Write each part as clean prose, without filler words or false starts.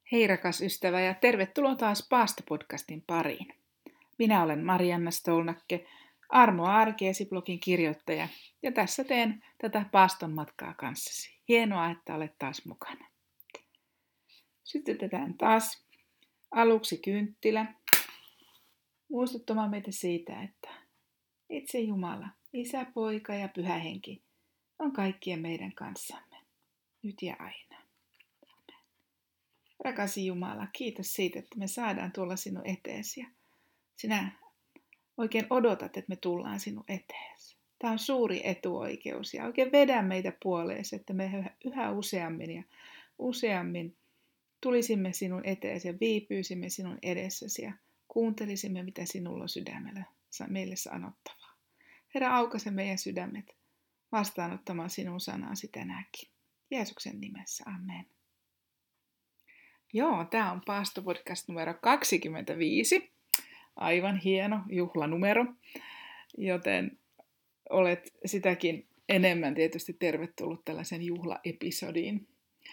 Hei rakas ystävä ja tervetuloa taas Paasto-podcastin pariin. Minä olen Marianna Stolnakke, Armo Arkeesi-blogin kirjoittaja ja tässä teen tätä paaston matkaa kanssasi. Hienoa, että olet taas mukana. Sytytetään taas aluksi kynttilä muistuttamaan meitä siitä, että itse Jumala, Isä, Poika ja Pyhä Henki on kaikkien meidän kanssamme, nyt ja aina. Rakas Jumala, kiitos siitä, että me saadaan tulla sinun eteesi ja sinä oikein odotat, että me tullaan sinun eteesi. Tämä on suuri etuoikeus ja oikein vedä meitä puoleesi, että me yhä useammin tulisimme sinun eteesi ja viipyisimme sinun edessäsi ja kuuntelisimme, mitä sinulla on sydämellä meille sanottavaa. Herra, aukaise meidän sydämet vastaanottamaan sinun sanasi tänäänkin. Jeesuksen nimessä, amen. Joo, tämä on Paasto-podcast numero 25. Aivan hieno juhlanumero, joten olet sitäkin enemmän tietysti tervetullut tällaisen juhlaepisodiin.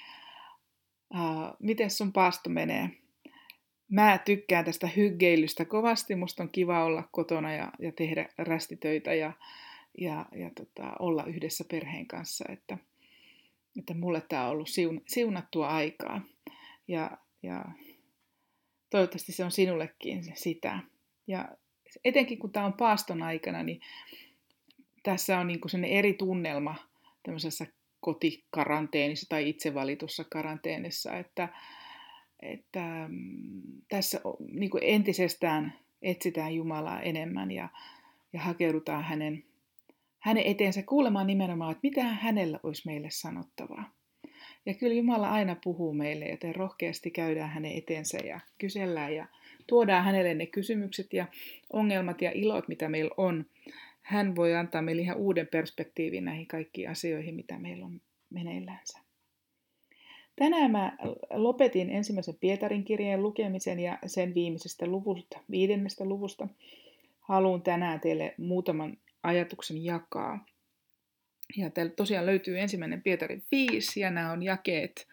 Miten sun paasto menee? Mä tykkään tästä hyggeilystä kovasti. Musta on kiva olla kotona ja tehdä rästitöitä ja olla yhdessä perheen kanssa. Että mulle tämä on ollut siunattua aikaa. Ja toivottavasti se on sinullekin sitä. Ja etenkin kun tämä on paaston aikana, niin tässä on niinku sellainen eri tunnelma tämmöisessä kotikaranteenissa tai itse valitussa karanteenissa, että tässä niinku entisestään etsitään Jumalaa enemmän ja hakeudutaan hänen eteensä kuulemaan nimenomaan, että mitä hänellä olisi meille sanottavaa. Ja kyllä Jumala aina puhuu meille, joten rohkeasti käydään hänen eteensä ja kysellään ja tuodaan hänelle ne kysymykset ja ongelmat ja ilot, mitä meillä on. Hän voi antaa meille ihan uuden perspektiivin näihin kaikkiin asioihin, mitä meillä on meneillänsä. Tänään mä lopetin ensimmäisen Pietarin kirjeen lukemisen ja sen viimeisestä luvusta, 5. luvusta. Haluan tänään teille muutaman ajatuksen jakaa. Ja täällä tosiaan löytyy ensimmäinen Pietari 5 ja nämä on jakeet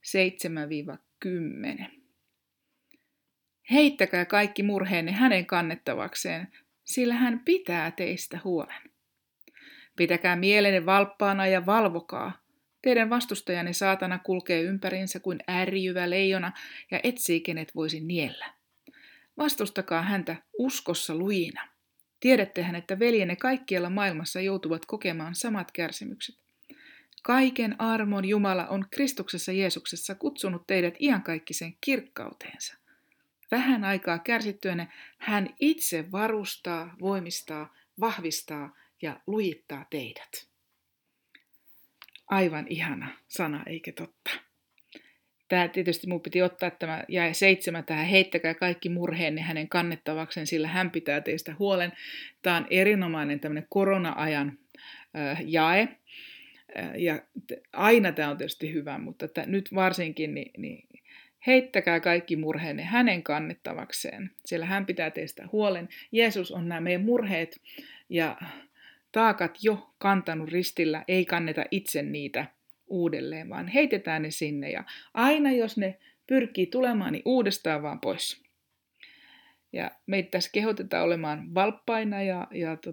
7-10. Heittäkää kaikki murheenne hänen kannettavakseen, sillä hän pitää teistä huolen. Pitäkää mielenne valppaana ja valvokaa. Teidän vastustajanne saatana kulkee ympäriinsä kuin ärjyvä leijona ja etsii kenet voisi niellä. Vastustakaa häntä uskossa lujina. Tiedättehän, että veljenne kaikkialla maailmassa joutuvat kokemaan samat kärsimykset. Kaiken armon Jumala on Kristuksessa Jeesuksessa kutsunut teidät iankaikkiseen kirkkauteensa. Vähän aikaa kärsittyänne hän itse varustaa, voimistaa, vahvistaa ja lujittaa teidät. Aivan ihana sana, eikö totta? Tämä tietysti minun piti ottaa tämä jae 7 tähän, heittäkää kaikki murheenne hänen kannettavakseen, sillä hän pitää teistä huolen. Tämä on erinomainen tämmöinen korona-ajan jae. Ja aina tämä on tietysti hyvä, mutta nyt varsinkin niin heittäkää kaikki murheenne hänen kannettavakseen, sillä hän pitää teistä huolen. Jeesus on nämä meidän murheet ja taakat jo kantanut ristillä, ei kanneta itse niitä uudelleen, vaan heitetään ne sinne ja aina jos ne pyrkii tulemaan, niin uudestaan vaan pois. Ja meitä tässä kehotetaan olemaan valppaina ja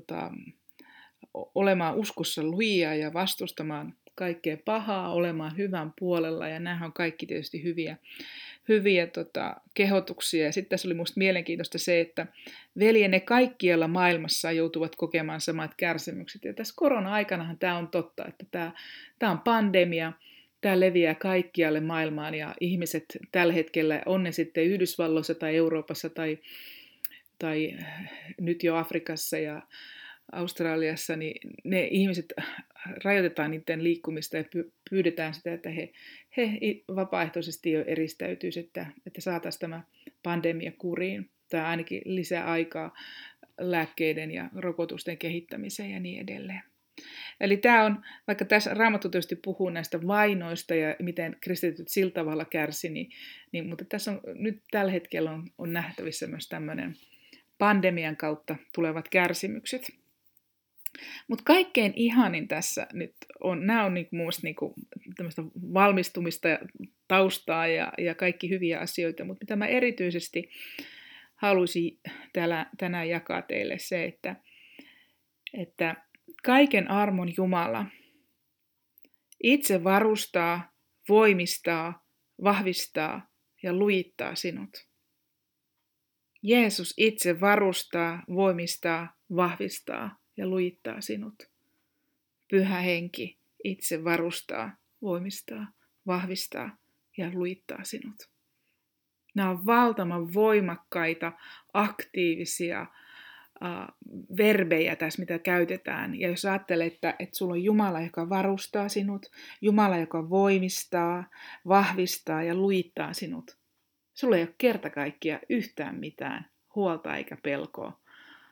olemaan uskossa lujia ja vastustamaan kaikkea pahaa, olemaan hyvän puolella ja nämä on kaikki tietysti hyviä kehotuksia. Ja sitten tässä oli minusta mielenkiintoista se, että veljenne kaikkialla maailmassa joutuvat kokemaan samat kärsimykset. Ja tässä korona-aikanahan tämä on totta, että tämä on pandemia, tämä leviää kaikkialle maailmaan ja ihmiset tällä hetkellä, on ne sitten Yhdysvalloissa tai Euroopassa tai nyt jo Afrikassa ja Australiassa, niin ne ihmiset rajoitetaan niiden liikkumista ja pyydetään sitä, että he vapaaehtoisesti jo eristäytyisivät, että saataisiin tämä pandemia kuriin tai ainakin lisää aikaa lääkkeiden ja rokotusten kehittämiseen ja niin edelleen. Eli tämä on, vaikka tässä Raamattu tietysti puhuu näistä vainoista ja miten kristityt sillä tavalla kärsi, mutta tässä on nyt tällä hetkellä on nähtävissä myös tämmöinen pandemian kautta tulevat kärsimykset. Mutta kaikkein ihanin tässä nyt on, nämä on mun mielestä tämmöistä valmistumista taustaa ja kaikki hyviä asioita, mutta mitä mä erityisesti haluaisin tänään jakaa teille se, että kaiken armon Jumala itse varustaa, voimistaa, vahvistaa ja lujittaa sinut. Jeesus itse varustaa, voimistaa, vahvistaa ja lujittaa sinut. Pyhä Henki itse varustaa, voimistaa, vahvistaa ja lujittaa sinut. Nämä on valtavan voimakkaita, aktiivisia verbejä tässä, mitä käytetään. Ja jos ajattelet, että sulla on Jumala, joka varustaa sinut, Jumala, joka voimistaa, vahvistaa ja lujittaa sinut, sulla ei ole kerta kaikkiaan yhtään mitään huolta eikä pelkoa.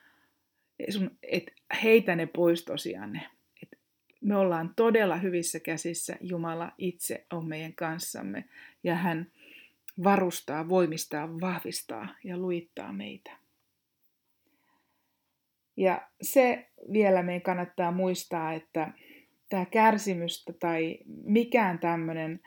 Heitä ne pois tosiaan ne. Me ollaan todella hyvissä käsissä. Jumala itse on meidän kanssamme ja hän varustaa, voimistaa, vahvistaa ja lujittaa meitä. Ja se vielä meidän kannattaa muistaa, että tämä kärsimystä tai mikään tämmöinen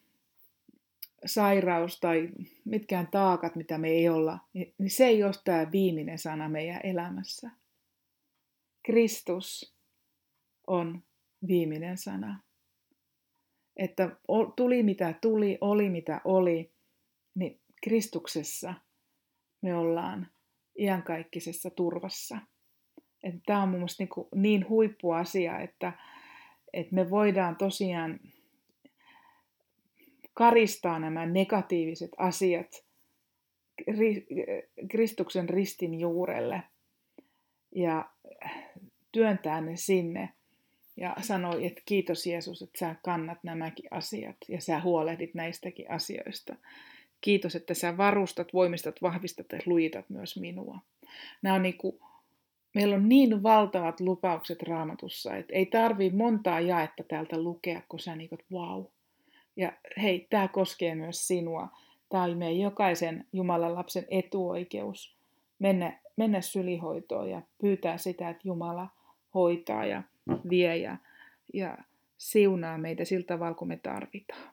sairaus tai mitkään taakat, mitä me ei olla, niin se ei ole tämä viimeinen sana meidän elämässä. Kristus on viimeinen sana. Että tuli mitä tuli, oli mitä oli, niin Kristuksessa me ollaan iankaikkisessa turvassa. Että tämä on mun mielestä niin huippuasia, että me voidaan tosiaan karistaa nämä negatiiviset asiat Kristuksen ristin juurelle ja työntää ne sinne ja sanoi, että kiitos Jeesus, että sä kannat nämäkin asiat ja sä huolehdit näistäkin asioista. Kiitos, että sä varustat, voimistat, vahvistat ja lujitat myös minua. Meillä on niin valtavat lupaukset Raamatussa, että ei tarvii montaa jaetta täältä lukea, kun sä wow. Ja hei, tämä koskee myös sinua. Tämä on meidän jokaisen Jumalan lapsen etuoikeus mennä sylihoitoon ja pyytää sitä, että Jumala hoitaa ja vie ja siunaa meitä sillä tavalla, kun me tarvitaan.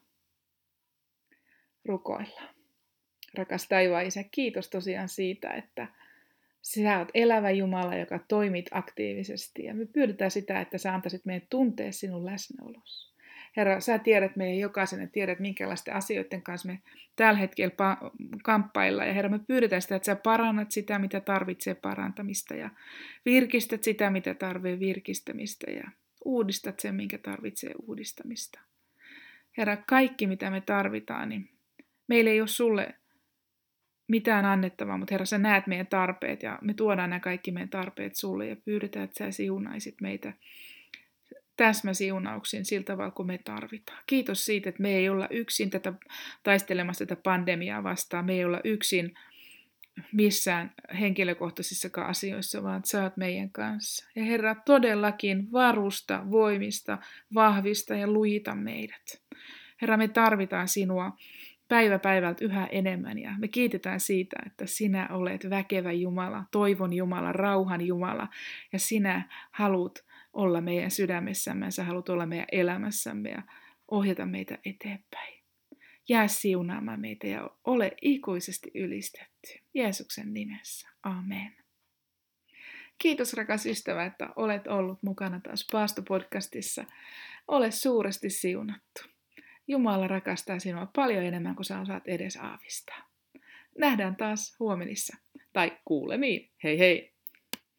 Rukoillaan. Rakas taivaan Isä, kiitos tosiaan siitä, että sä oot elävä Jumala, joka toimit aktiivisesti. Ja me pyydetään sitä, että sä antaisit meidän tuntea sinun läsnäolossa. Herra, sä tiedät meidän jokaisen ja tiedät, minkälaisten asioiden kanssa me tällä hetkellä kamppaillaan. Ja Herra, me pyydetään sitä, että sä parannat sitä, mitä tarvitsee parantamista. Ja virkistät sitä, mitä tarvitsee virkistämistä. Ja uudistat sen, minkä tarvitsee uudistamista. Herra, kaikki mitä me tarvitaan, niin meillä ei ole sulle mitään annettavaa, mutta Herra, sä näet meidän tarpeet ja me tuodaan nämä kaikki meidän tarpeet sulle ja pyydetään, että sä siunaisit meitä täsmäsiunauksin sillä tavalla, kun me tarvitaan. Kiitos siitä, että me ei olla yksin taistelemassa tätä pandemiaa vastaan, me ei olla yksin missään henkilökohtaisissakaan asioissa, vaan sä oot meidän kanssa. Ja Herra, todellakin varusta, voimista, vahvista ja lujita meidät. Herra, me tarvitaan sinua päivä päivältä yhä enemmän ja me kiitetään siitä, että sinä olet väkevä Jumala, toivon Jumala, rauhan Jumala ja sinä haluat olla meidän sydämessämme, sä haluat olla meidän elämässämme ja ohjata meitä eteenpäin. Jää siunaamaan meitä ja ole ikuisesti ylistetty. Jeesuksen nimessä. Amen. Kiitos rakas ystävä, että olet ollut mukana taas Paasto-podcastissa. Ole suuresti siunattu. Jumala rakastaa sinua paljon enemmän kuin sä osaat edes aavistaa. Nähdään taas huomenissa. Tai kuulemiin. Hei hei!